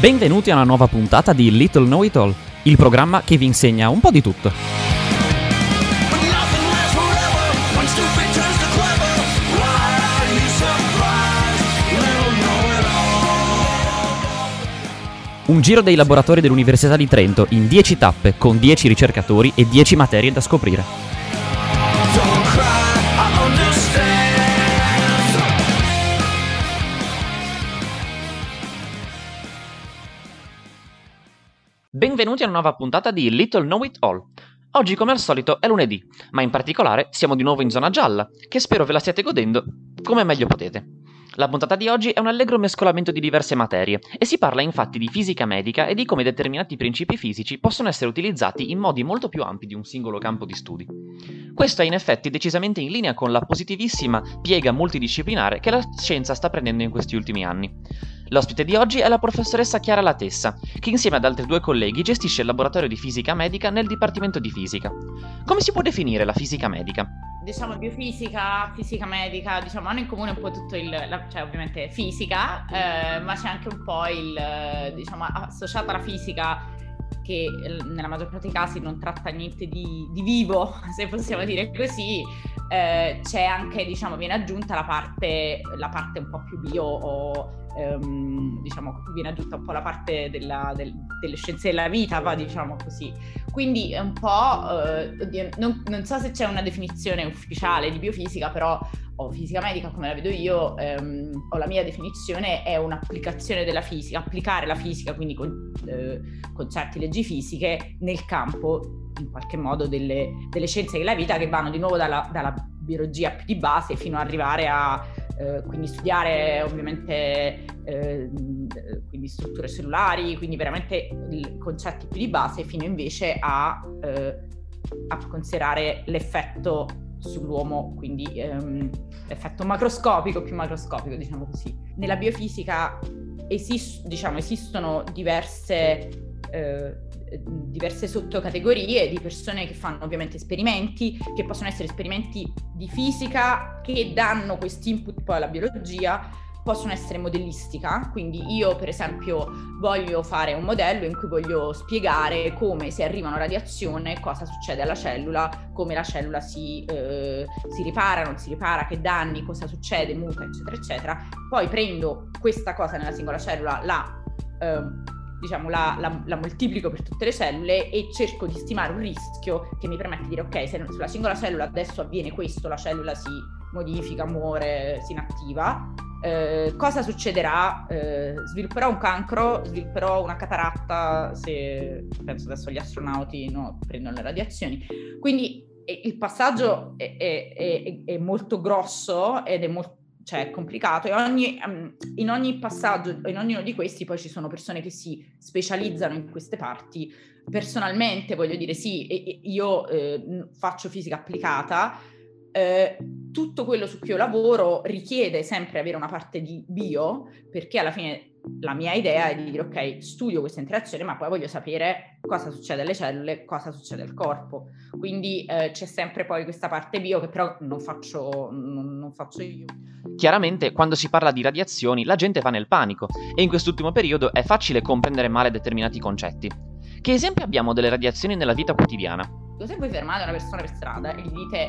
Benvenuti a una nuova puntata di Little Know It All, il programma che vi insegna un po' di tutto. Un giro dei laboratori dell'Università di Trento in 10 tappe con 10 ricercatori e 10 materie da scoprire. Benvenuti a una nuova puntata di Little Know It All. Oggi come al solito è lunedì, ma in particolare siamo di nuovo in zona gialla, che spero ve la stiate godendo come meglio potete. La puntata di oggi è un allegro mescolamento di diverse materie e si parla infatti di fisica medica e di come determinati principi fisici possono essere utilizzati in modi molto più ampi di un singolo campo di studi. Questo è in effetti decisamente in linea con la positivissima piega multidisciplinare che la scienza sta prendendo in questi ultimi anni. L'ospite di oggi è la professoressa Chiara Latessa, che insieme ad altri due colleghi gestisce il laboratorio di fisica medica nel Dipartimento di Fisica. Come si può definire la fisica medica? Diciamo biofisica, fisica medica, diciamo hanno in comune un po' tutto cioè ovviamente fisica, ma c'è anche un po' diciamo associata alla fisica che nella maggior parte dei casi non tratta niente di vivo, se possiamo dire così. C'è anche, diciamo, viene aggiunta la parte un po' più bio o diciamo viene aggiunta un po' la parte delle scienze della vita, va, diciamo così. Quindi è un po' non so se c'è una definizione ufficiale di biofisica, però fisica medica come la vedo io, o la mia definizione è un'applicazione della fisica, applicare la fisica, quindi concetti, leggi fisiche nel campo in qualche modo delle scienze della vita, che vanno di nuovo dalla biologia più di base fino ad arrivare a quindi studiare ovviamente quindi strutture cellulari, quindi veramente i concetti più di base, fino invece a considerare l'effetto sull'uomo, quindi l'effetto macroscopico, più macroscopico, diciamo così. Nella biofisica esistono diverse sottocategorie di persone che fanno ovviamente esperimenti, che possono essere esperimenti di fisica che danno questi input poi alla biologia, possono essere modellistica, quindi io per esempio voglio fare un modello in cui voglio spiegare come, se arriva una radiazione, cosa succede alla cellula, come la cellula si ripara, non si ripara, che danni, cosa succede, muta, eccetera eccetera. Poi prendo questa cosa nella singola cellula, la moltiplico per tutte le cellule e cerco di stimare un rischio che mi permette di dire ok, se sulla singola cellula adesso avviene questo, la cellula si modifica, muore, si inattiva, cosa succederà? Svilupperò un cancro, svilupperò una cataratta, se penso adesso agli astronauti prendono le radiazioni. Quindi il passaggio è molto grosso ed è molto, cioè complicato, e in ogni passaggio, in ognuno di questi poi ci sono persone che si specializzano in queste parti. Personalmente voglio dire sì, io faccio fisica applicata, tutto quello su cui io lavoro richiede sempre avere una parte di bio, perché alla fine la mia idea è di dire ok, studio questa interazione, ma poi voglio sapere cosa succede alle cellule, cosa succede al corpo, quindi c'è sempre poi questa parte bio che però non faccio io. Chiaramente quando si parla di radiazioni la gente va nel panico e in quest'ultimo periodo è facile comprendere male determinati concetti. Che esempi abbiamo delle radiazioni nella vita quotidiana? Se voi fermate una persona per strada e gli dite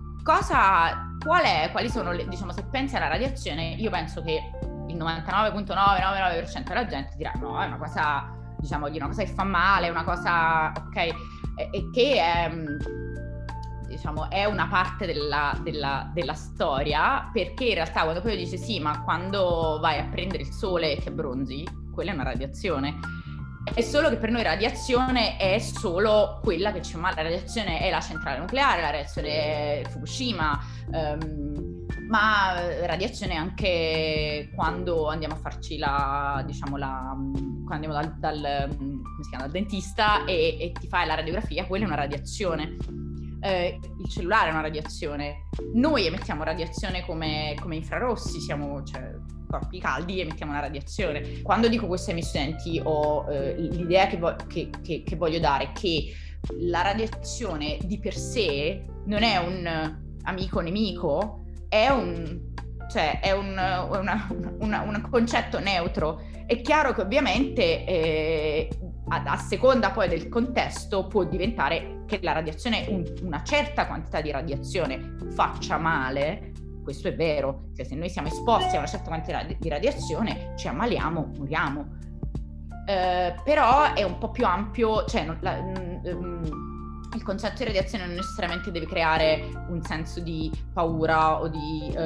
quali sono diciamo, se pensi alla radiazione, io penso che il 99,999% della gente dirà no, è una cosa, diciamo, una cosa che fa male, una cosa, ok, e che è, diciamo, è una parte della storia, perché in realtà quando poi dice sì, ma quando vai a prendere il sole e ti abbronzi, quella è una radiazione. È solo che per noi radiazione è solo quella che ci fa male. La radiazione è la centrale nucleare, la radiazione è Fukushima, ma radiazione anche quando andiamo a farci quando andiamo dal dentista e ti fai la radiografia, quella è una radiazione. Il cellulare è una radiazione. Noi emettiamo radiazione come infrarossi, siamo corpi caldi, emettiamo una radiazione. Quando dico questo ai miei studenti ho l'idea che voglio dare che la radiazione di per sé non è un amico nemico, è cioè è un concetto neutro. È chiaro che ovviamente a seconda poi del contesto può diventare che la radiazione, una certa quantità di radiazione faccia male. Questo è vero, cioè se noi siamo esposti a una certa quantità di radiazione ci ammaliamo, moriamo. Però è un po' più ampio, cioè il concetto di radiazione non necessariamente deve creare un senso di paura o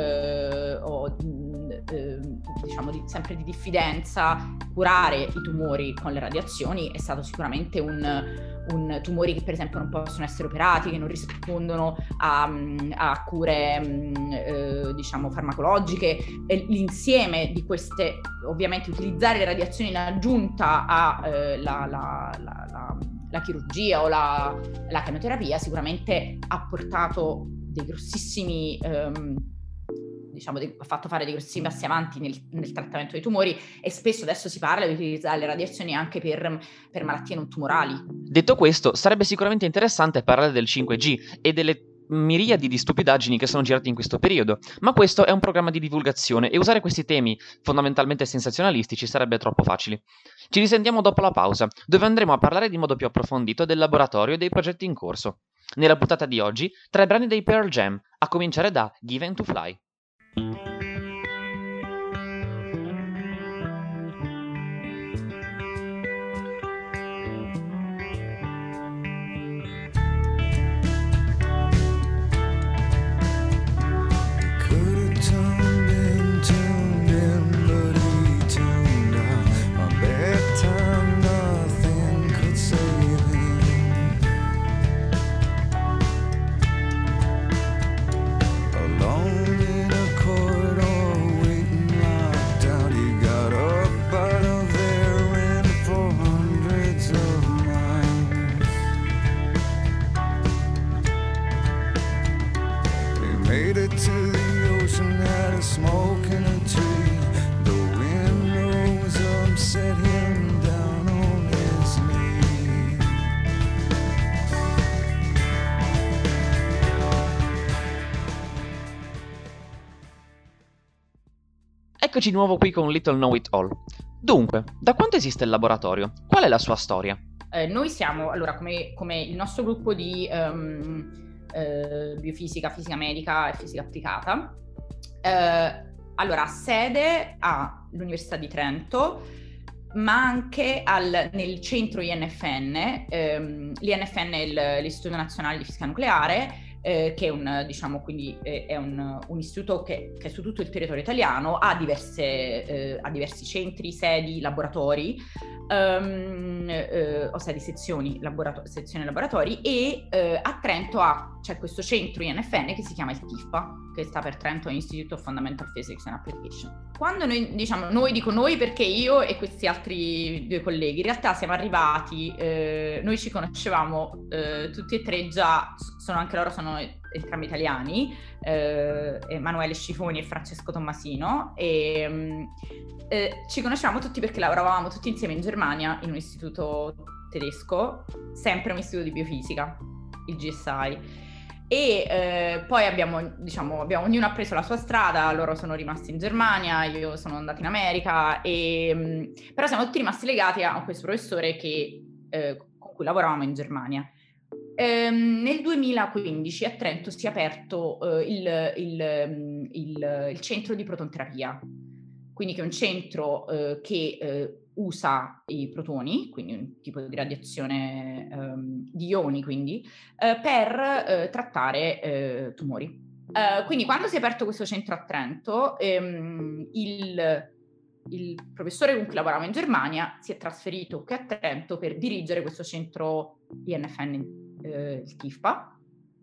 diciamo sempre di diffidenza. Curare i tumori con le radiazioni è stato sicuramente tumori che per esempio non possono essere operati, che non rispondono a cure diciamo farmacologiche. L'insieme di queste, ovviamente utilizzare le radiazioni in aggiunta a la chirurgia o la chemioterapia sicuramente ha portato dei grossissimi ha fatto fare dei grossi passi avanti nel trattamento dei tumori, e spesso adesso si parla di utilizzare le radiazioni anche per malattie non tumorali. Detto questo, sarebbe sicuramente interessante parlare del 5G e delle miriadi di stupidaggini che sono girate in questo periodo, ma questo è un programma di divulgazione e usare questi temi fondamentalmente sensazionalistici sarebbe troppo facile. Ci risentiamo dopo la pausa, dove andremo a parlare di modo più approfondito del laboratorio e dei progetti in corso. Nella puntata di oggi, 3 brani dei Pearl Jam, a cominciare da Given to Fly. Eccoci di nuovo qui con Little Know It All. Dunque, da quanto esiste il laboratorio? Qual è la sua storia? Noi siamo, allora, come il nostro gruppo di biofisica, fisica medica e fisica applicata, allora, sede all'Università di Trento, ma anche nel centro INFN. L'INFN è l'Istituto Nazionale di Fisica Nucleare, che è un istituto che è su tutto il territorio italiano, ha diversi centri, sedi, laboratori, o sedi, sezioni laboratori, e a Trento c'è questo centro INFN che si chiama il TIFPA, che sta per Trento Institute of Fundamental Physics and Application. Quando dico noi perché io e questi altri 2 colleghi in realtà siamo arrivati, noi ci conoscevamo tutti e 3 già, sono entrambi italiani, Emanuele Scifoni e Francesco Tommasino, e ci conoscevamo tutti perché lavoravamo tutti insieme in Germania in un istituto tedesco, sempre un istituto di biofisica, il GSI. E poi abbiamo ognuno ha preso la sua strada, loro sono rimasti in Germania, io sono andata in America, però siamo tutti rimasti legati a questo professore con cui lavoravamo in Germania. Nel 2015 a Trento si è aperto il centro di protonterapia, quindi che è un centro che usa i protoni, quindi un tipo di radiazione di ioni, quindi per trattare tumori. Quindi quando si è aperto questo centro a Trento, il professore con cui lavorava in Germania si è trasferito qui a Trento per dirigere questo centro INFN, il TIFPA,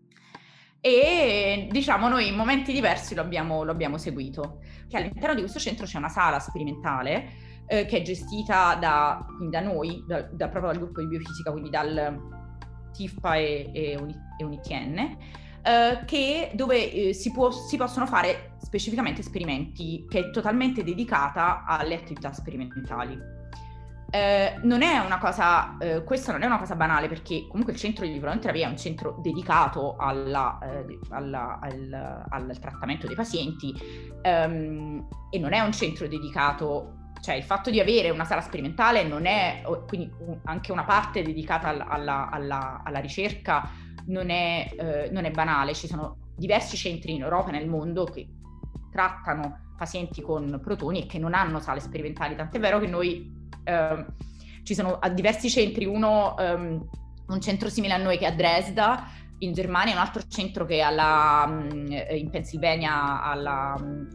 e noi in momenti diversi lo abbiamo seguito. Che all'interno di questo centro c'è una sala sperimentale che è gestita da noi, proprio dal gruppo di biofisica, quindi dal TIFPA e UNITN, dove si possono fare specificamente esperimenti, che è totalmente dedicata alle attività sperimentali. Non è una cosa, questo non è una cosa banale, perché comunque il centro di diplomaterapia è un centro dedicato al trattamento dei pazienti, e non è un centro dedicato, cioè il fatto di avere una sala sperimentale non è, quindi anche una parte dedicata alla ricerca non è banale. Ci sono diversi centri in Europa e nel mondo che trattano pazienti con protoni e che non hanno sale sperimentali, tant'è vero che noi ci sono diversi centri, un centro simile a noi che è a Dresda in Germania, un altro centro che è in Pennsylvania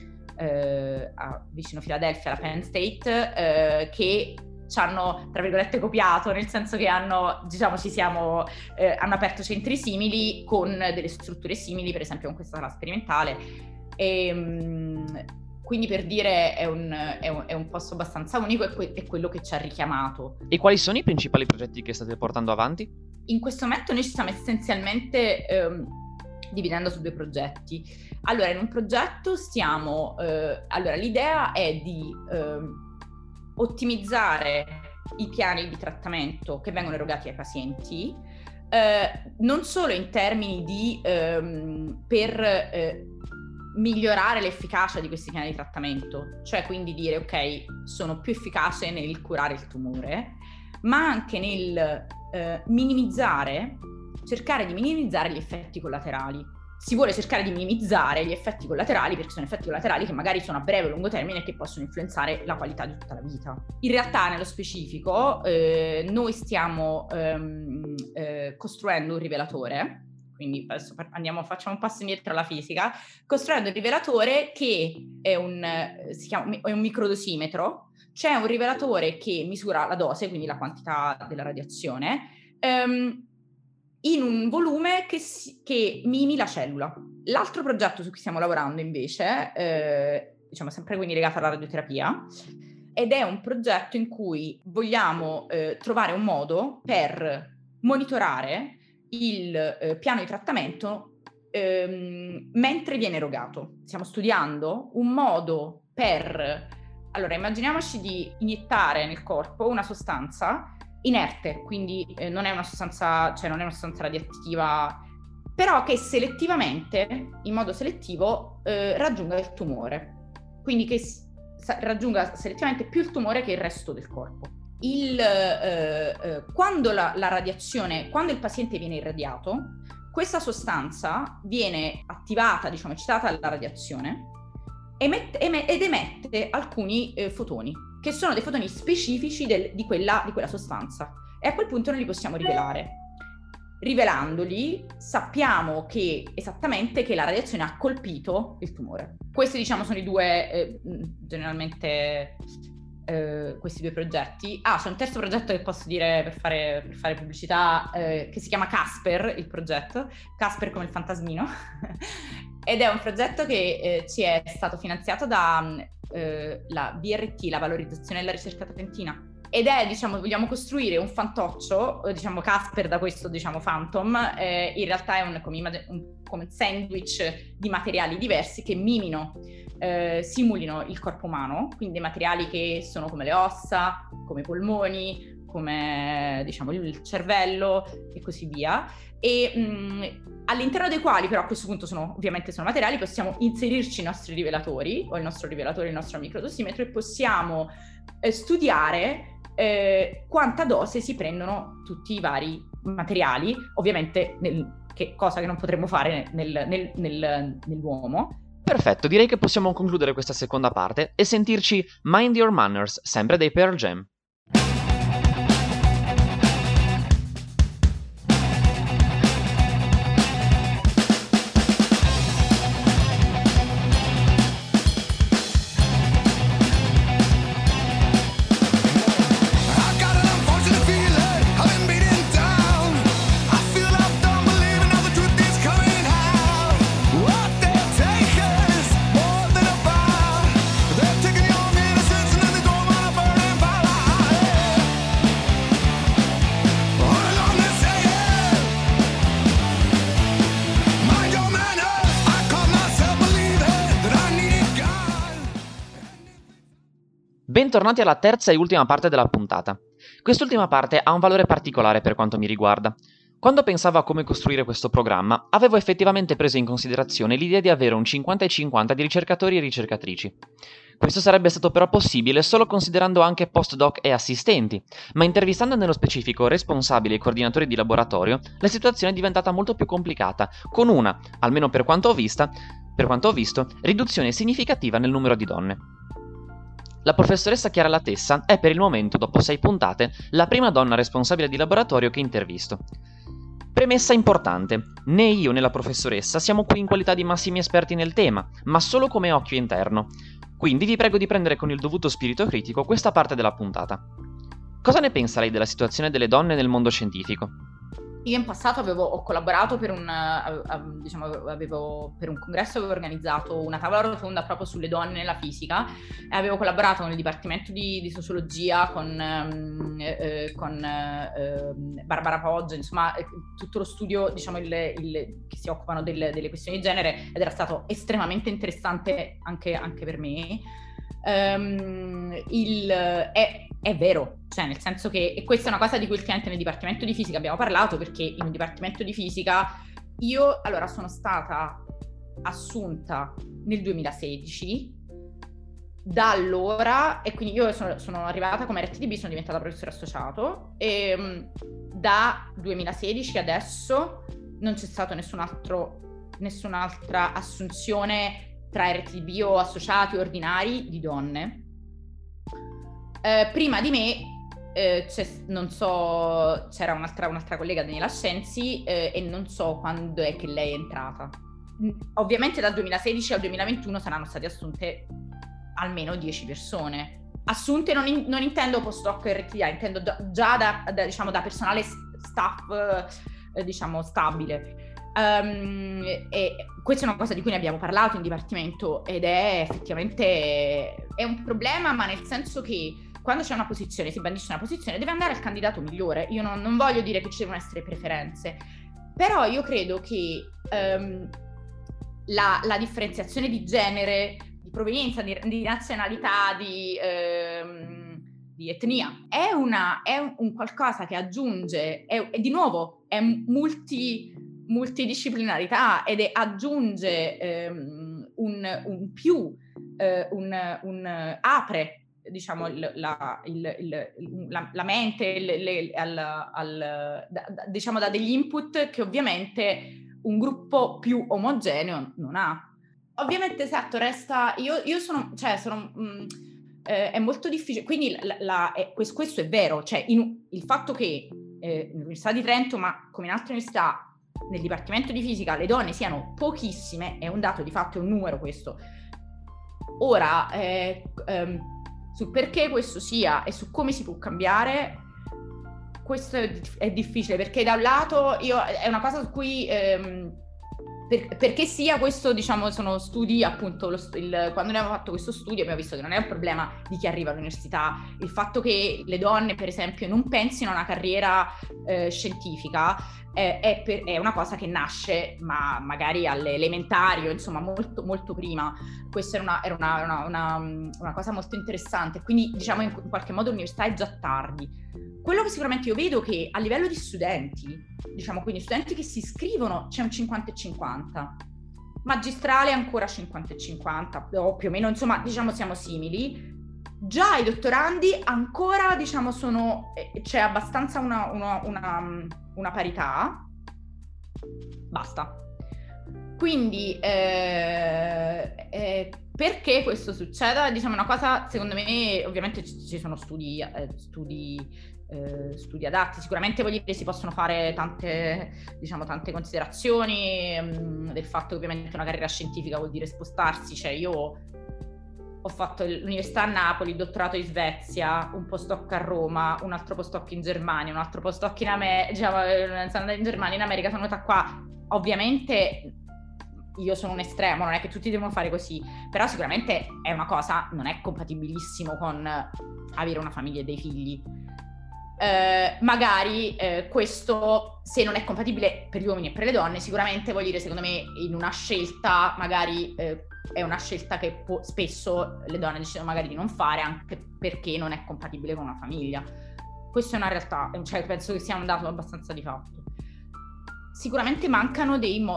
vicino Filadelfia, alla Penn State, che ci hanno, tra virgolette, copiato, nel senso che hanno aperto centri simili con delle strutture simili, per esempio con questa sala sperimentale. Quindi, per dire, è un posto abbastanza unico, e è quello che ci ha richiamato. E quali sono i principali progetti che state portando avanti? In questo momento noi ci stiamo essenzialmente dividendo su 2 progetti. Allora, in un progetto l'idea è di ottimizzare i piani di trattamento che vengono erogati ai pazienti, non solo in termini di per migliorare l'efficacia di questi piani di trattamento, cioè quindi dire ok, sono più efficace nel curare il tumore, ma anche nel cercare di minimizzare gli effetti collaterali. Si vuole cercare di minimizzare gli effetti collaterali, perché sono effetti collaterali che magari sono a breve o lungo termine e che possono influenzare la qualità di tutta la vita. In realtà, nello specifico, noi stiamo costruendo un rivelatore. Quindi adesso facciamo un passo indietro alla fisica, costruendo un rivelatore che è un microdosimetro. C'è un rivelatore che misura la dose, quindi la quantità della radiazione, in un volume che mimi la cellula. L'altro progetto su cui stiamo lavorando invece, sempre quindi legato alla radioterapia, ed è un progetto in cui vogliamo trovare un modo per monitorare il piano di trattamento mentre viene erogato. Stiamo studiando un modo per... Allora, immaginiamoci di iniettare nel corpo una sostanza inerte, quindi non è una sostanza radioattiva, però che selettivamente, in modo selettivo, raggiunga il tumore. Quindi che raggiunga selettivamente più il tumore che il resto del corpo. Quando la radiazione, quando il paziente viene irradiato, questa sostanza viene attivata, eccitata dalla radiazione, ed emette alcuni fotoni, che sono dei fotoni specifici di quella sostanza, e a quel punto noi li possiamo rivelare. Rivelandoli sappiamo esattamente che la radiazione ha colpito il tumore. Questi sono i due generalmente questi 2 progetti. C'è un terzo progetto che posso dire per fare pubblicità, che si chiama Casper, il progetto Casper come il fantasmino ed è un progetto che ci è stato finanziato da la VRT, la Valorizzazione della Ricerca Trentina, ed è, vogliamo costruire un fantoccio, Casper da questo, Phantom, in realtà è come un sandwich di materiali diversi che simulino il corpo umano, quindi materiali che sono come le ossa, come i polmoni, come il cervello e così via, e all'interno dei quali però a questo punto ovviamente sono materiali, possiamo inserirci i nostri rivelatori, o il nostro rivelatore, il nostro microdosimetro, e possiamo studiare quanta dose si prendono tutti i vari materiali, ovviamente cosa che non potremmo fare nell'uomo. Perfetto, direi che possiamo concludere questa seconda parte e sentirci Mind Your Manners, sempre dei Pearl Jam. Taking your innocence and then they don't wanna burn and fall out. Bentornati alla terza e ultima parte della puntata. Quest'ultima parte ha un valore particolare per quanto mi riguarda. Quando pensavo a come costruire questo programma, avevo effettivamente preso in considerazione l'idea di avere un 50 e 50 di ricercatori e ricercatrici. Questo sarebbe stato però possibile solo considerando anche postdoc e assistenti, ma intervistando nello specifico responsabili e coordinatori di laboratorio, la situazione è diventata molto più complicata, con una, almeno per quanto ho visto, riduzione significativa nel numero di donne. La professoressa Chiara Latessa è per il momento, dopo 6 puntate, la prima donna responsabile di laboratorio che intervisto. Premessa importante, né io né la professoressa siamo qui in qualità di massimi esperti nel tema, ma solo come occhio interno. Quindi vi prego di prendere con il dovuto spirito critico questa parte della puntata. Cosa ne pensa lei della situazione delle donne nel mondo scientifico? Io in passato ho collaborato per un congresso, avevo organizzato una tavola rotonda proprio sulle donne nella fisica e avevo collaborato con il dipartimento di sociologia con Barbara Poggio, insomma tutto lo studio, diciamo, che si occupano delle questioni di genere, ed era stato estremamente interessante anche per me. È vero, cioè nel senso che, e questa è una cosa di cui ultimamente nel Dipartimento di Fisica abbiamo parlato, perché in un Dipartimento di Fisica io sono stata assunta nel 2016, da allora, e quindi io sono arrivata come RTDB, sono diventata professore associato, e da 2016 adesso non c'è stato nessun'altra assunzione tra RTB o associati ordinari di donne. Prima di me c'era un'altra collega, Daniela Scenzi, e non so quando è che lei è entrata. Ovviamente dal 2016 al 2021 saranno state assunte almeno 10 persone. Assunte non intendo postdoc RTA, intendo già da personale staff stabile. E questa è una cosa di cui ne abbiamo parlato in dipartimento ed è effettivamente un problema, ma nel senso che quando c'è una posizione, si bandisce una posizione, deve andare al candidato migliore. Io non voglio dire che ci devono essere preferenze, però io credo che la differenziazione di genere, di provenienza, di nazionalità, di etnia è un qualcosa che aggiunge, di nuovo è multidisciplinarità ed aggiunge un più, apre, diciamo, la mente diciamo, da degli input che ovviamente un gruppo più omogeneo non ha. Ovviamente, esatto, resta, io sono è molto difficile, quindi questo è vero, cioè il fatto che nell'Università di Trento, ma come in altre università, nel Dipartimento di Fisica le donne siano pochissime è un dato di fatto, è un numero questo. Ora, sul perché questo sia e su come si può cambiare, questo è difficile, perché da un lato è una cosa su cui perché sia questo, diciamo, sono studi, appunto, quando ne abbiamo fatto questo studio abbiamo visto che non è un problema di chi arriva all'università, il fatto che le donne, per esempio, non pensino a una carriera scientifica è una cosa che nasce magari alle elementari o insomma molto, molto prima. Questa era una cosa molto interessante, quindi diciamo in qualche modo l'università è già tardi. Quello che sicuramente io vedo è che a livello di studenti, diciamo, quindi studenti che si iscrivono, c'è un 50 e 50, magistrale ancora 50 e 50, o più o meno, insomma, diciamo siamo simili. Già i dottorandi ancora, diciamo, c'è abbastanza una parità, basta. Quindi perché questo succeda? Diciamo, una cosa, secondo me, ovviamente ci sono studi adatti, sicuramente, voglio dire, si possono fare tante considerazioni del fatto che ovviamente una carriera scientifica vuol dire spostarsi, cioè io ho fatto l'università a Napoli, il dottorato in Svezia, un postdoc a Roma, un altro postdoc in Germania, un altro postdoc in America, sono andata in Germania, in America, sono venuta qua. Ovviamente io sono un estremo, non è che tutti devono fare così, però sicuramente è una cosa, non è compatibilissimo con avere una famiglia e dei figli. magari questo, se non è compatibile per gli uomini e per le donne, sicuramente vuol dire, secondo me, in una scelta magari è una scelta che spesso le donne decidono magari di non fare, anche perché non è compatibile con una famiglia. Questa è una realtà, cioè penso che sia un dato abbastanza di fatto. Sicuramente mancano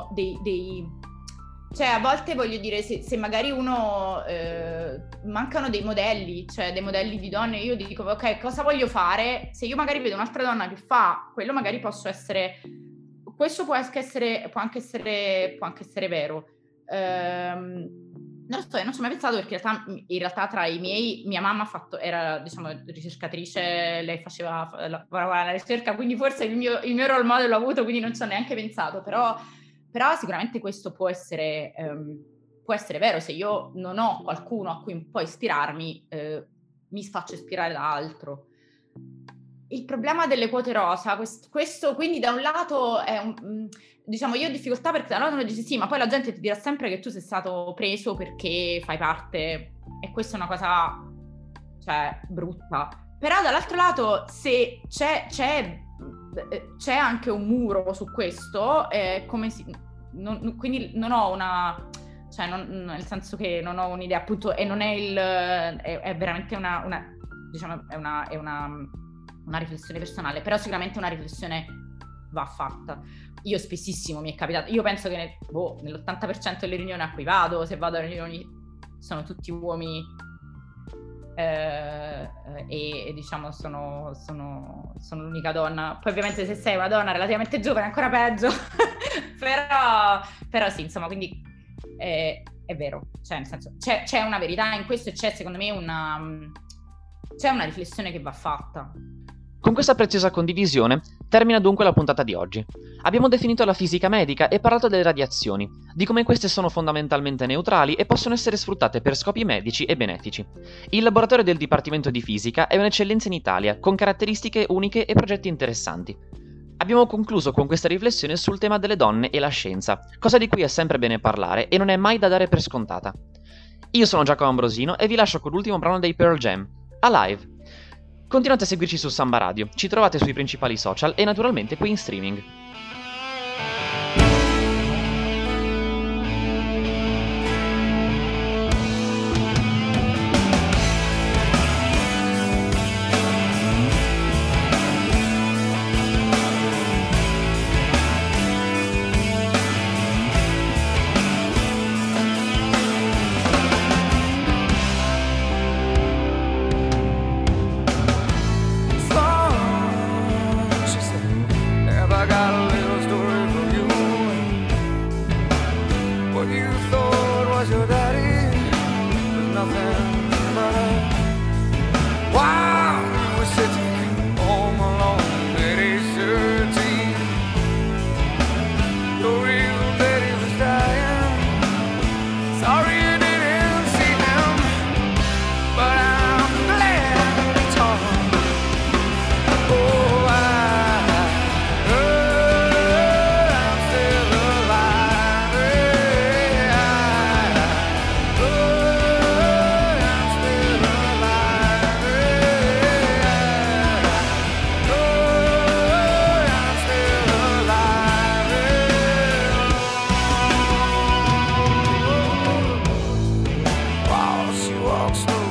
cioè a volte, voglio dire, se magari uno mancano dei modelli, cioè dei modelli di donne, io dico ok, cosa voglio fare? Se io magari vedo un'altra donna che fa quello, magari posso essere, questo può anche essere vero. Non lo so, non ci ho mai pensato, perché in realtà tra i miei, mia mamma era, diciamo, ricercatrice, lei lavorava alla ricerca, quindi forse il mio role model l'ho avuto, quindi non ci ho neanche pensato, però sicuramente questo può essere vero. Se io non ho qualcuno a cui un po' ispirarmi, mi faccio ispirare da altro. Il problema delle quote rosa, questo quindi da un lato è diciamo, io ho difficoltà, perché da un lato uno dice sì, ma poi la gente ti dirà sempre che tu sei stato preso perché fai parte, e questa è una cosa, cioè, brutta. Però dall'altro lato, se c'è anche un muro su questo, quindi non ho una, cioè nel senso che non ho un'idea, appunto, e non è è veramente diciamo, è una riflessione personale, però sicuramente una riflessione va fatta. Io spessissimo mi è capitato, io penso che nell'80% delle riunioni a cui vado, se vado alle riunioni, sono tutti uomini, e diciamo sono l'unica donna. Poi ovviamente se sei una donna relativamente giovane è ancora peggio. però sì, insomma, quindi è vero, cioè nel senso c'è una verità in questo, e c'è, secondo me, c'è una riflessione che va fatta. Con questa preziosa condivisione termina dunque la puntata di oggi. Abbiamo definito la fisica medica e parlato delle radiazioni, di come queste sono fondamentalmente neutrali e possono essere sfruttate per scopi medici e benefici. Il laboratorio del Dipartimento di Fisica è un'eccellenza in Italia, con caratteristiche uniche e progetti interessanti. Abbiamo concluso con questa riflessione sul tema delle donne e la scienza, cosa di cui è sempre bene parlare e non è mai da dare per scontata. Io sono Giacomo Ambrosino e vi lascio con l'ultimo brano dei Pearl Jam, Alive. Continuate a seguirci su Samba Radio, ci trovate sui principali social e naturalmente qui in streaming. She walks